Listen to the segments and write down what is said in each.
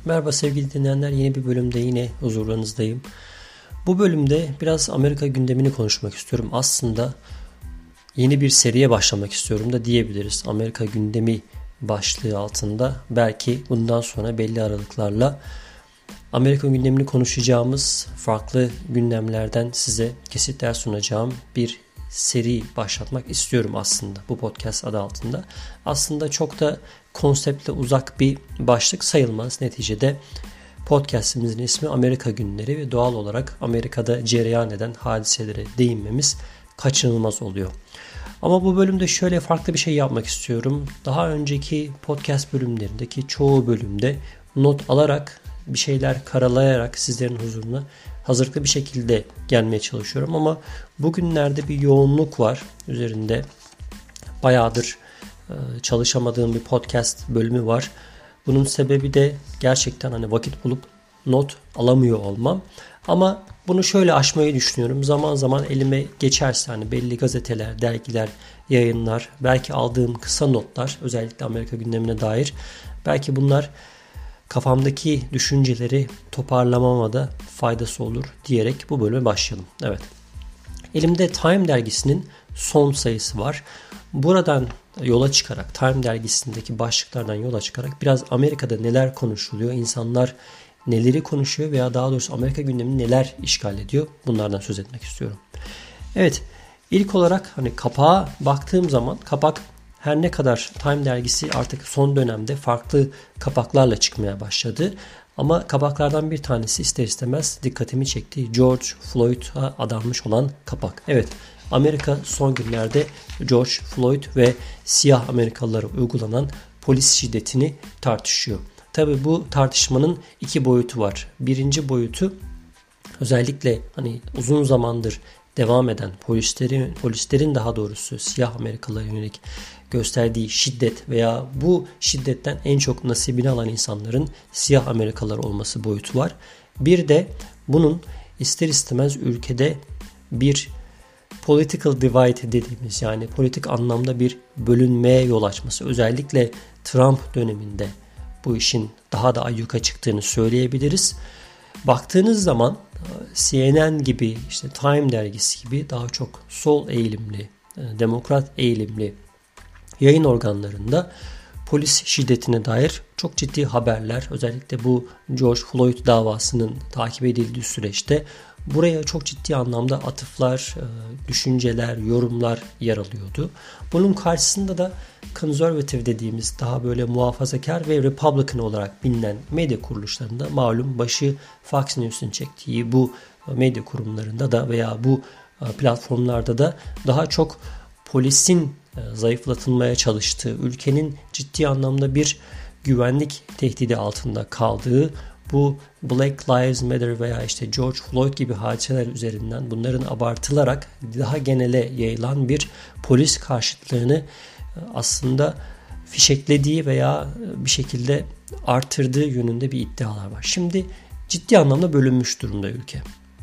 Merhaba sevgili dinleyenler, yeni bir bölümde yine huzurlarınızdayım. Bu bölümde biraz Amerika gündemini konuşmak istiyorum. Aslında yeni bir seriye başlamak istiyorum da diyebiliriz. Amerika gündemi başlığı altında belki bundan sonra belli aralıklarla Amerika gündemini konuşacağımız farklı gündemlerden size kesitler sunacağım bir seri başlatmak istiyorum aslında bu podcast adı altında. Aslında çok da konseptle uzak bir başlık sayılmaz. Neticede podcastimizin ismi Amerika Günleri ve doğal olarak Amerika'da cereyan eden hadiselere değinmemiz kaçınılmaz oluyor. Ama bu bölümde şöyle farklı bir şey yapmak istiyorum. Daha önceki podcast bölümlerindeki çoğu bölümde not alarak, bir şeyler karalayarak sizlerin huzuruna hazırlıklı bir şekilde gelmeye çalışıyorum. Ama bugünlerde bir yoğunluk var. Üzerinde bayağıdır çalışamadığım bir podcast bölümü var. Bunun sebebi de gerçekten vakit bulup not alamıyor olmam. Ama bunu şöyle aşmayı düşünüyorum. Zaman zaman elime geçerse belli gazeteler, dergiler, yayınlar, belki aldığım kısa notlar, özellikle Amerika gündemine dair, belki bunlar kafamdaki düşünceleri toparlamama da faydası olur diyerek bu bölüme başlayalım. Evet. Elimde Time dergisinin son sayısı var. Buradan yola çıkarak, Time dergisindeki başlıklardan yola çıkarak biraz Amerika'da neler konuşuluyor, insanlar neleri konuşuyor veya daha doğrusu Amerika gündemini neler işgal ediyor, bunlardan söz etmek istiyorum. Evet, ilk olarak kapağa baktığım zaman kapak her ne kadar Time dergisi artık son dönemde farklı kapaklarla çıkmaya başladı. Ama kapaklardan bir tanesi ister istemez dikkatimi çekti. George Floyd'a adanmış olan kapak. Evet, Amerika son günlerde George Floyd ve siyah Amerikalılara uygulanan polis şiddetini tartışıyor. Tabii bu tartışmanın iki boyutu var. Birinci boyutu özellikle uzun zamandır devam eden polislerin daha doğrusu siyah Amerikalılara yönelik gösterdiği şiddet veya bu şiddetten en çok nasibini alan insanların siyah Amerikalılar olması boyutu var. Bir de bunun ister istemez ülkede bir political divide dediğimiz, yani politik anlamda bir bölünmeye yol açması. Özellikle Trump döneminde bu işin daha da ayyuka çıktığını söyleyebiliriz. Baktığınız zaman CNN gibi, Time dergisi gibi daha çok sol eğilimli, demokrat eğilimli yayın organlarında polis şiddetine dair çok ciddi haberler, özellikle bu George Floyd davasının takip edildiği süreçte buraya çok ciddi anlamda atıflar, düşünceler, yorumlar yer alıyordu. Bunun karşısında da conservative dediğimiz daha böyle muhafazakar ve Republican olarak bilinen medya kuruluşlarında, malum başı Fox News'un çektiği bu medya kurumlarında da veya bu platformlarda da daha çok polisin zayıflatılmaya çalıştığı, ülkenin ciddi anlamda bir güvenlik tehdidi altında kaldığı, bu Black Lives Matter veya George Floyd gibi hadiseler üzerinden bunların abartılarak daha genele yayılan bir polis karşıtlığını aslında fişeklediği veya bir şekilde artırdığı yönünde bir iddialar var. Şimdi ciddi anlamda bölünmüş durumda ülke.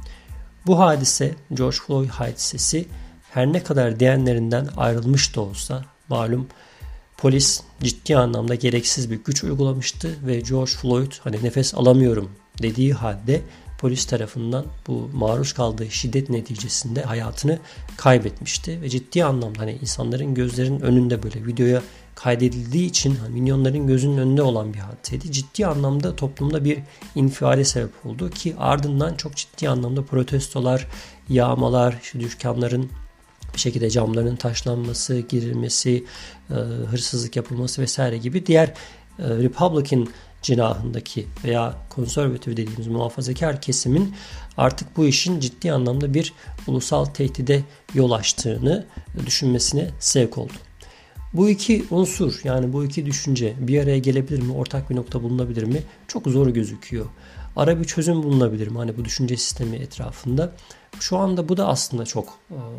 Bu hadise, George Floyd hadisesi her ne kadar diğerlerinden ayrılmış da olsa, malum polis ciddi anlamda gereksiz bir güç uygulamıştı ve George Floyd nefes alamıyorum dediği halde polis tarafından bu maruz kaldığı şiddet neticesinde hayatını kaybetmişti. Ve ciddi anlamda insanların gözlerinin önünde böyle videoya kaydedildiği için milyonların gözünün önünde olan bir hadiseydi. Ciddi anlamda toplumda bir infiale sebep oldu ki ardından çok ciddi anlamda protestolar, yağmalar, dükkanların bir şekilde camların taşlanması, girilmesi, hırsızlık yapılması vesaire gibi diğer Republican cenahındaki veya konservatif dediğimiz muhafazakar kesimin artık bu işin ciddi anlamda bir ulusal tehdide yol açtığını düşünmesine sevk oldu. Bu iki unsur, yani bu iki düşünce bir araya gelebilir mi? Ortak bir nokta bulunabilir mi? Çok zor gözüküyor. Ara bir çözüm bulunabilir mi bu düşünce sistemi etrafında? Şu anda bu da aslında çok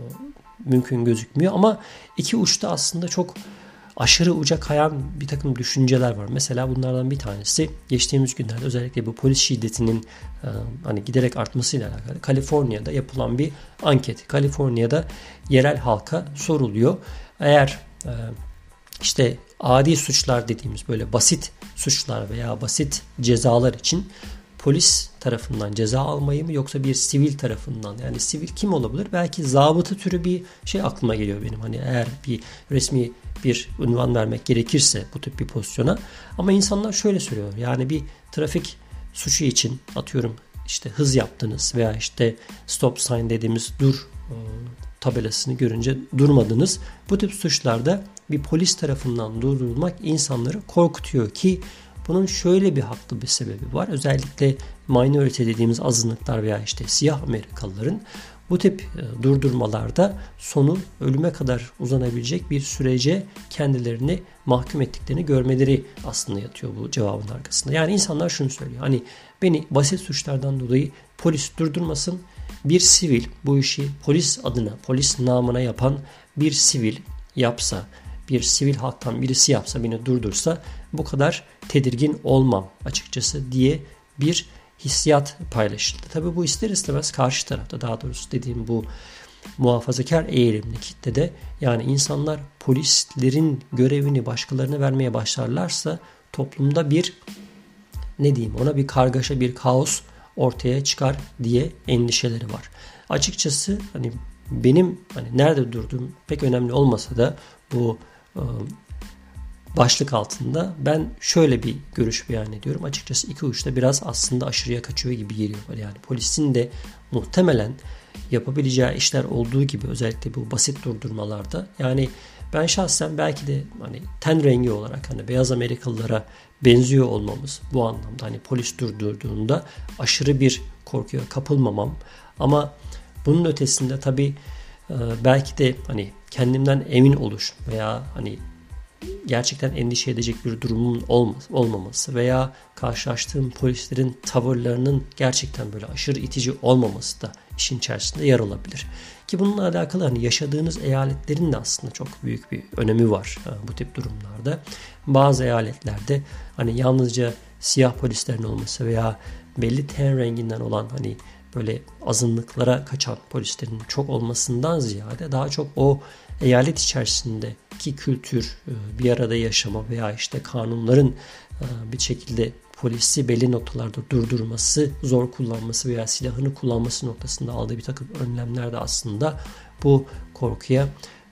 mümkün gözükmüyor ama iki uçta aslında çok aşırı uca kayan bir takım düşünceler var. Mesela bunlardan bir tanesi geçtiğimiz günlerde özellikle bu polis şiddetinin giderek artmasıyla alakalı Kaliforniya'da yapılan bir anket. Kaliforniya'da yerel halka soruluyor. Eğer işte adi suçlar dediğimiz böyle basit suçlar veya basit cezalar için polis tarafından ceza almayı mı yoksa bir sivil tarafından, yani sivil kim olabilir? Belki zabıta türü bir şey aklıma geliyor benim. Hani eğer bir resmi bir unvan vermek gerekirse bu tip bir pozisyona. Ama insanlar şöyle söylüyor. Yani bir trafik suçu için atıyorum işte hız yaptınız veya işte stop sign dediğimiz dur tabelasını görünce durmadınız. Bu tip suçlarda bir polis tarafından durdurulmak insanları korkutuyor ki bunun şöyle bir haklı bir sebebi var. Özellikle minority dediğimiz azınlıklar veya işte siyah Amerikalıların bu tip durdurmalarda sonu ölüme kadar uzanabilecek bir sürece kendilerini mahkum ettiklerini görmeleri aslında yatıyor bu cevabın arkasında. Yani insanlar şunu söylüyor. Hani beni basit suçlardan dolayı polis durdurmasın. Bir sivil bu işi polis adına, polis namına yapan bir sivil yapsa, bir sivil halktan birisi yapsa, beni durdursa bu kadar tedirgin olmam açıkçası diye bir hissiyat paylaşıldı. Tabii bu ister istemez karşı tarafta, daha doğrusu dediğim bu muhafazakar eğilimli kitlede, yani insanlar polislerin görevini başkalarına vermeye başlarlarsa toplumda bir bir kargaşa, bir kaos ortaya çıkar diye endişeleri var. Açıkçası hani benim nerede durduğum pek önemli olmasa da bu başlık altında ben şöyle bir görüş beyan ediyorum. Açıkçası iki uçta biraz aslında aşırıya kaçıyor gibi geliyor. Yani polisin de muhtemelen yapabileceği işler olduğu gibi, özellikle bu basit durdurmalarda, yani ben şahsen belki de ten rengi olarak beyaz Amerikalılara benziyor olmamız bu anlamda, polis durdurduğunda aşırı bir korkuya kapılmamam, ama bunun ötesinde tabii belki de kendimden emin oluş veya gerçekten endişe edecek bir durumun olmaması veya karşılaştığım polislerin tavırlarının gerçekten böyle aşırı itici olmaması da işin içerisinde yer alabilir. Ki bununla alakalı yaşadığınız eyaletlerin de aslında çok büyük bir önemi var bu tip durumlarda. Bazı eyaletlerde yalnızca siyah polislerin olması veya belli ten renginden olan böyle azınlıklara kaçan polislerin çok olmasından ziyade daha çok o eyalet içerisindeki kültür, bir arada yaşama veya işte kanunların bir şekilde polisi belli noktalarda durdurması, zor kullanması veya silahını kullanması noktasında aldığı bir takım önlemler de aslında bu korkuya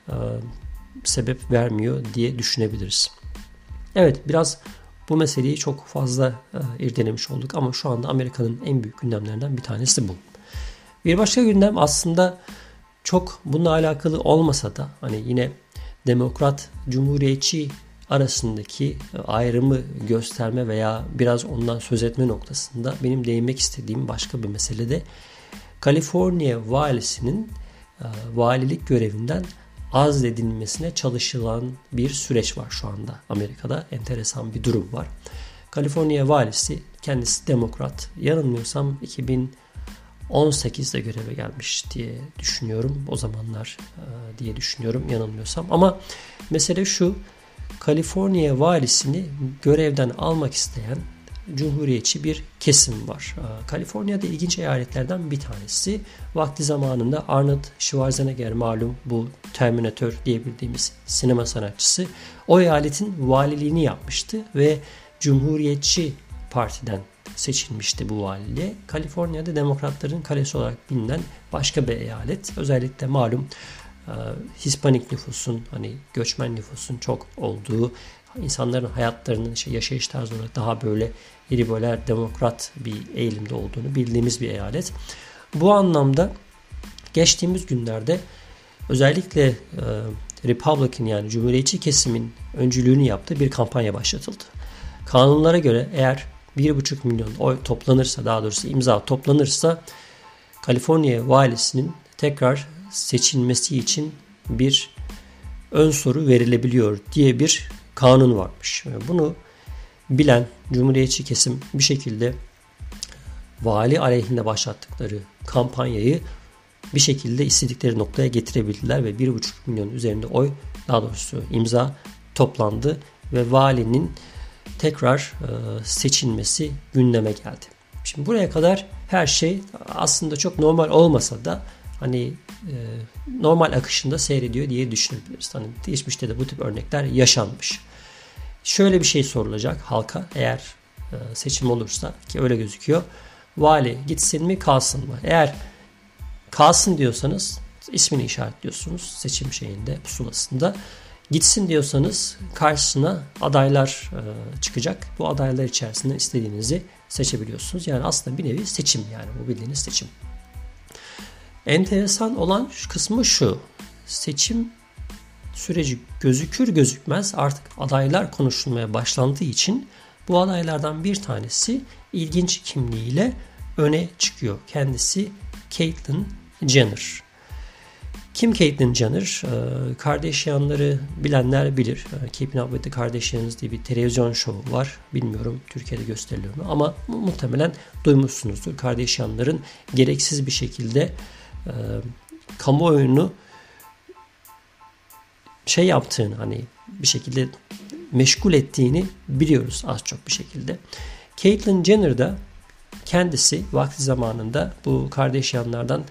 sebep vermiyor diye düşünebiliriz. Evet, biraz bu meseleyi çok fazla irdelemiş olduk ama şu anda Amerika'nın en büyük gündemlerinden bir tanesi bu. Bir başka gündem aslında çok bununla alakalı olmasa da yine Demokrat, Cumhuriyetçi arasındaki ayrımı gösterme veya biraz ondan söz etme noktasında benim değinmek istediğim başka bir mesele de Kaliforniya valisinin valilik görevinden azledilmesine çalışılan bir süreç var şu anda Amerika'da. Enteresan bir durum var. Kaliforniya valisi, kendisi Demokrat, yanılmıyorsam 2018'de göreve gelmiş diye düşünüyorum. O zamanlar diye düşünüyorum yanılmıyorsam. Ama mesele şu: Kaliforniya valisini görevden almak isteyen cumhuriyetçi bir kesim var. Kaliforniya'da ilginç eyaletlerden bir tanesi. Vakti zamanında Arnold Schwarzenegger, malum bu Terminator diyebildiğimiz sinema sanatçısı, o eyaletin valiliğini yapmıştı ve Cumhuriyetçi Parti'den seçilmişti bu valiliğe. Kaliforniya'da Demokratların kalesi olarak bilinen başka bir eyalet. Özellikle malum Hispanik nüfusun, göçmen nüfusun çok olduğu, insanların hayatlarının yaşayış tarzı olarak daha böyle liberal, demokrat bir eğilimde olduğunu bildiğimiz bir eyalet. Bu anlamda geçtiğimiz günlerde özellikle Republican, yani Cumhuriyetçi kesimin öncülüğünü yaptığı bir kampanya başlatıldı. Kanunlara göre eğer 1,5 milyon oy toplanırsa, daha doğrusu imza toplanırsa, Kaliforniya valisinin tekrar seçilmesi için bir ön soru verilebiliyor diye bir kanun varmış. Bunu bilen Cumhuriyetçi kesim bir şekilde vali aleyhinde başlattıkları kampanyayı bir şekilde istedikleri noktaya getirebildiler ve 1,5 milyon üzerinde oy, daha doğrusu imza toplandı ve valinin tekrar seçilmesi gündeme geldi. Şimdi buraya kadar her şey aslında çok normal olmasa da normal akışında seyrediyor diye düşünebiliriz. Hani geçmişte de bu tip örnekler yaşanmış. Şöyle bir şey sorulacak halka eğer seçim olursa, ki öyle gözüküyor. Vali gitsin mi kalsın mı? Eğer kalsın diyorsanız ismini işaretliyorsunuz seçim şeyinde, pusulasında. Gitsin diyorsanız karşısına adaylar çıkacak. Bu adaylar içerisinde istediğinizi seçebiliyorsunuz. Yani aslında bir nevi seçim, yani bu bildiğiniz seçim. Enteresan olan kısmı şu. Seçim süreci gözükür gözükmez artık adaylar konuşulmaya başlandığı için bu adaylardan bir tanesi ilginç kimliğiyle öne çıkıyor. Kendisi Caitlyn Jenner. Kim Caitlyn Jenner? Kardashian'ları bilenler bilir. Keeping Up with the Kardashians diye bir televizyon şovu var. Bilmiyorum Türkiye'de gösteriliyor mu ama muhtemelen duymuşsunuzdur. Kardashian'ların gereksiz bir şekilde kamuoyunu yaptığını, hani bir şekilde meşgul ettiğini biliyoruz az çok bir şekilde. Caitlyn Jenner da kendisi vakti zamanında bu Kardashian'lardan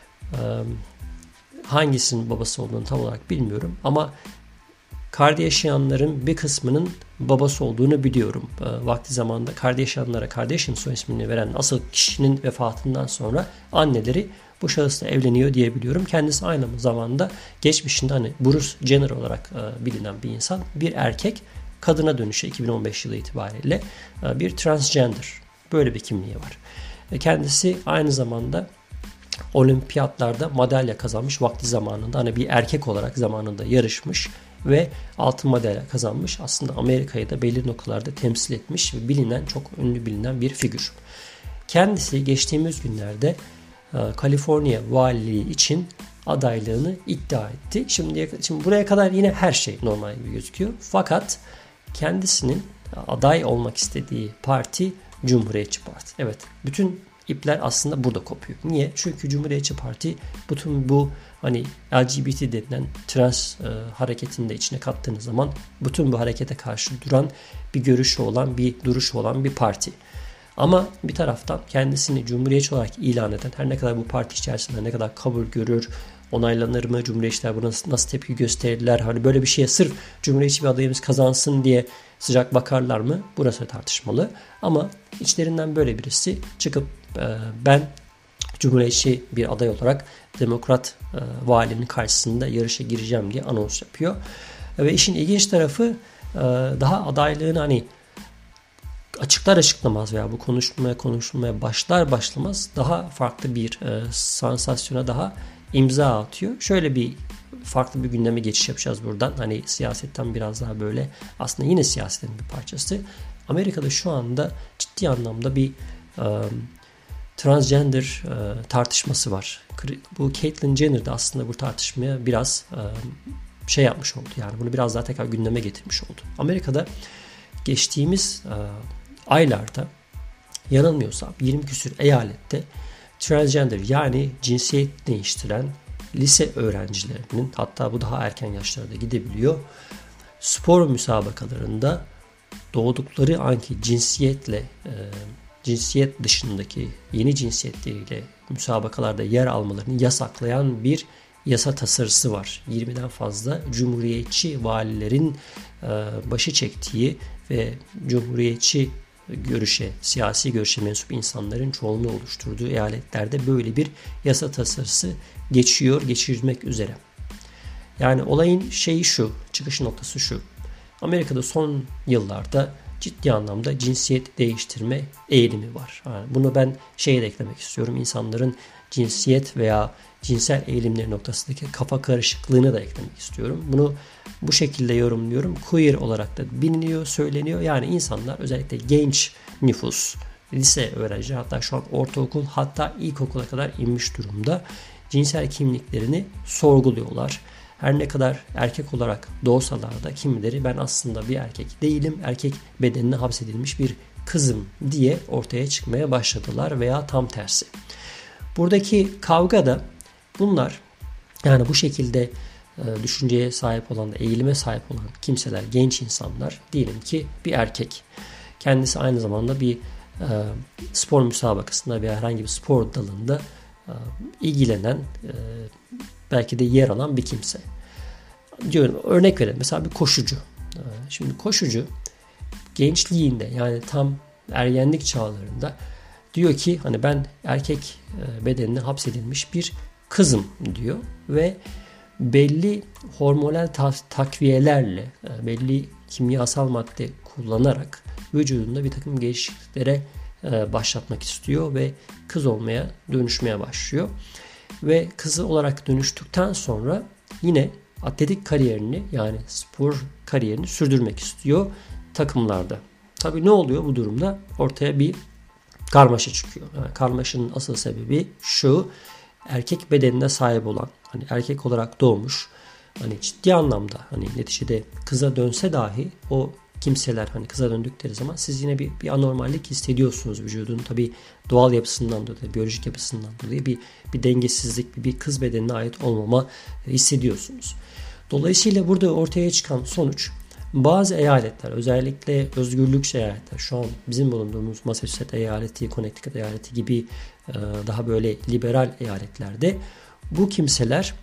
hangisinin babası olduğunu tam olarak bilmiyorum ama Kardashian'ların bir kısmının babası olduğunu biliyorum. Vakti zamanında Kardashian'lara Kardashian soy ismini veren asıl kişinin vefatından sonra anneleri bu şahısla evleniyor diye biliyorum. Kendisi aynı zamanda geçmişinde hani Bruce Jenner olarak bilinen bir insan. Bir erkek kadına dönüşü 2015 yılı itibariyle bir transgender. Böyle bir kimliği var. Kendisi aynı zamanda olimpiyatlarda madalya kazanmış vakti zamanında. Hani bir erkek olarak zamanında yarışmış ve altın madalya kazanmış. Aslında Amerika'yı da belli noktalarda temsil etmiş ve bilinen, çok ünlü bilinen bir figür. Kendisi geçtiğimiz günlerde Kaliforniya valiliği için adaylığını iddia etti. Şimdi buraya kadar yine her şey normal gibi gözüküyor. Fakat kendisinin aday olmak istediği parti Cumhuriyetçi Parti. Evet, bütün ipler aslında burada kopuyor. Niye? Çünkü Cumhuriyetçi Parti bütün bu hani LGBT denilen trans hareketini de içine kattığınız zaman bütün bu harekete karşı duran bir görüşü olan, bir duruşu olan bir parti. Ama bir taraftan kendisini cumhuriyetçi olarak ilan eden, her ne kadar bu parti içerisinde ne kadar kabul görür, onaylanır mı, cumhuriyetçiler buna nasıl tepki gösterirler, hani böyle bir şeye sırf cumhuriyetçi bir adayımız kazansın diye sıcak bakarlar mı? Burası tartışmalı. Ama içlerinden böyle birisi çıkıp ben cumhuriyetçi bir aday olarak demokrat valinin karşısında yarışa gireceğim diye anons yapıyor. Ve işin ilginç tarafı daha adaylığını hani açıklar açıklamaz veya bu konuşulmaya başlar başlamaz daha farklı bir sansasyona daha imza atıyor. Şöyle bir farklı bir gündeme geçiş yapacağız buradan. Hani siyasetten biraz daha böyle aslında yine siyasetin bir parçası. Amerika'da şu anda ciddi anlamda bir transgender tartışması var. Bu Caitlyn Jenner de aslında bu tartışmaya biraz yapmış oldu. Yani bunu biraz daha tekrar gündeme getirmiş oldu. Amerika'da geçtiğimiz aylarda yanılmıyorsam 20 küsur eyalette transgender yani cinsiyet değiştiren lise öğrencilerinin, hatta bu daha erken yaşlarda gidebiliyor, spor müsabakalarında doğdukları anki cinsiyet dışındaki yeni cinsiyetleriyle müsabakalarda yer almalarını yasaklayan bir yasa tasarısı var. 20'den fazla cumhuriyetçi valilerin başı çektiği ve cumhuriyetçi siyasi görüşe mensup insanların çoğunluğu oluşturduğu eyaletlerde böyle bir yasa tasarısı geçirmek üzere. Yani olayın çıkış noktası şu. Amerika'da son yıllarda ciddi anlamda cinsiyet değiştirme eğilimi var. Yani bunu ben de eklemek istiyorum. İnsanların cinsiyet veya cinsel eğilimleri noktasındaki kafa karışıklığını da eklemek istiyorum. Bunu bu şekilde yorumluyorum. Queer olarak da biliniyor, söyleniyor. Yani insanlar, özellikle genç nüfus, lise öğrencileri, hatta şu an ortaokul, hatta ilkokula kadar inmiş durumda, cinsel kimliklerini sorguluyorlar. Her ne kadar erkek olarak doğsalar da kimileri ben aslında bir erkek değilim, erkek bedenine hapsedilmiş bir kızım diye ortaya çıkmaya başladılar veya tam tersi. Buradaki kavga da bunlar, yani bu şekilde düşünceye sahip olan, eğilime sahip olan kimseler, genç insanlar, diyelim ki bir erkek. Kendisi aynı zamanda bir spor müsabakasında veya herhangi bir spor dalında ilgilenen, belki de yer alan bir kimse. Diyorum, örnek verelim. Mesela bir koşucu. Şimdi koşucu gençliğinde, yani tam ergenlik çağlarında diyor ki hani ben erkek bedenine hapsedilmiş bir kızım diyor ve belli hormonal takviyelerle, belli kimyasal madde kullanarak vücudunda bir takım değişikliklere başlatmak istiyor ve kız olmaya, dönüşmeye başlıyor. Ve kızı olarak dönüştükten sonra yine atletik kariyerini, yani spor kariyerini sürdürmek istiyor takımlarda. Tabii ne oluyor bu durumda? Ortaya bir karmaşa çıkıyor. Yani karmaşanın asıl sebebi şu: erkek bedenine sahip olan, hani erkek olarak doğmuş, hani ciddi anlamda, hani neticede kıza dönse dahi o kimseler hani kıza döndükleri zaman siz yine bir anormallik hissediyorsunuz vücudun. Tabii doğal yapısından dolayı, biyolojik yapısından dolayı bir dengesizlik, bir kız bedenine ait olmama hissediyorsunuz. Dolayısıyla burada ortaya çıkan sonuç, bazı eyaletler, özellikle özgürlükçü eyaletler, şu an bizim bulunduğumuz Massachusetts eyaleti, Connecticut eyaleti gibi daha böyle liberal eyaletlerde bu kimseler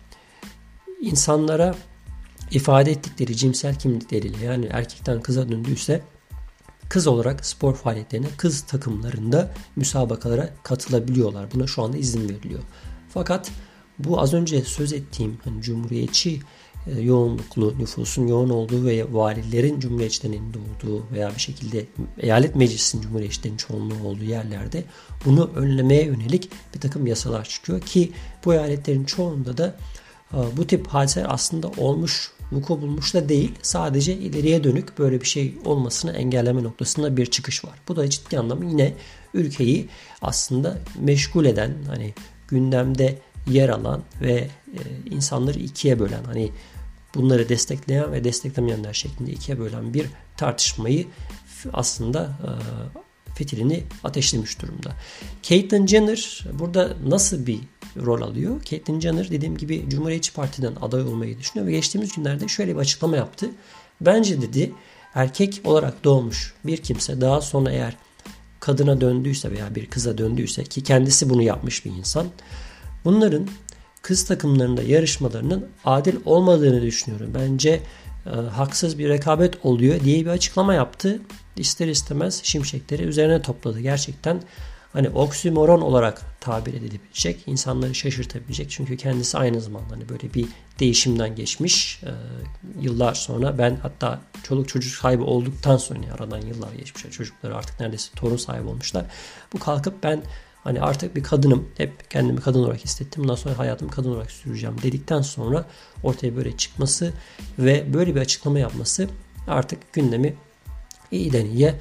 insanlara ifade ettikleri cinsel kimlikleriyle, yani erkekten kıza döndüyse kız olarak spor faaliyetlerine, kız takımlarında müsabakalara katılabiliyorlar. Buna şu anda izin veriliyor. Fakat bu az önce söz ettiğim hani cumhuriyetçi yoğunluklu nüfusun yoğun olduğu ve valilerin cumhuriyetçilerin olduğu veya bir şekilde eyalet meclisinin cumhuriyetçilerin çoğunluğu olduğu yerlerde bunu önlemeye yönelik bir takım yasalar çıkıyor ki bu eyaletlerin çoğunda da bu tip hadiseler aslında olmuş, vuku bulmuş da değil. Sadece ileriye dönük böyle bir şey olmasını engelleme noktasında bir çıkış var. Bu da ciddi anlamda yine ülkeyi aslında meşgul eden, hani gündemde yer alan ve insanları ikiye bölen, hani bunları destekleyen ve desteklemeyenler şeklinde ikiye bölen bir tartışmayı aslında fitilini ateşlemiş durumda. Caitlyn Jenner burada nasıl bir rol alıyor? Caitlyn Jenner dediğim gibi Cumhuriyetçi Parti'den aday olmayı düşünüyor ve geçtiğimiz günlerde şöyle bir açıklama yaptı. Bence dedi, erkek olarak doğmuş bir kimse daha sonra eğer kadına döndüyse veya bir kıza döndüyse, ki kendisi bunu yapmış bir insan, bunların kız takımlarında yarışmalarının adil olmadığını düşünüyorum. Bence haksız bir rekabet oluyor diye bir açıklama yaptı. İster istemez şimşekleri üzerine topladı. Gerçekten hani oksimoron olarak tabir edilebilecek, insanları şaşırtabilecek. Çünkü kendisi aynı zamanda hani böyle bir değişimden geçmiş. Yıllar sonra, ben hatta çoluk çocuk sahibi olduktan sonra, aradan yıllar geçmiş, çocukları artık neredeyse torun sahibi olmuşlar. Bu kalkıp ben hani artık bir kadınım, hep kendimi kadın olarak hissettim, bundan sonra hayatımı kadın olarak süreceğim dedikten sonra ortaya böyle çıkması ve böyle bir açıklama yapması artık gündemi iyiden iyiye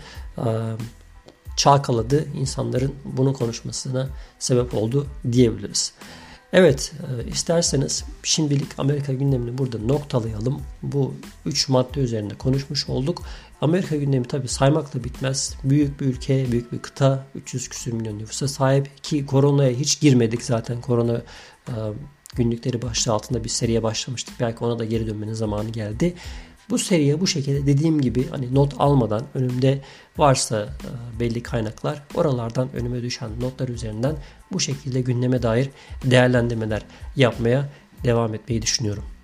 çalkaladı. İnsanların bunu konuşmasına sebep oldu diyebiliriz. Evet, isterseniz şimdilik Amerika gündemini burada noktalayalım. Bu 3 madde üzerinde konuşmuş olduk. Amerika gündemi tabii saymakla bitmez. Büyük bir ülke, büyük bir kıta, 300 küsür milyon nüfusa sahip ki koronaya hiç girmedik zaten. Korona günlükleri başlığı altında bir seriye başlamıştık. Belki ona da geri dönmenin zamanı geldi. Bu seriye bu şekilde dediğim gibi hani not almadan, önümde varsa belli kaynaklar, oralardan önüme düşen notlar üzerinden bu şekilde gündeme dair değerlendirmeler yapmaya devam etmeyi düşünüyorum.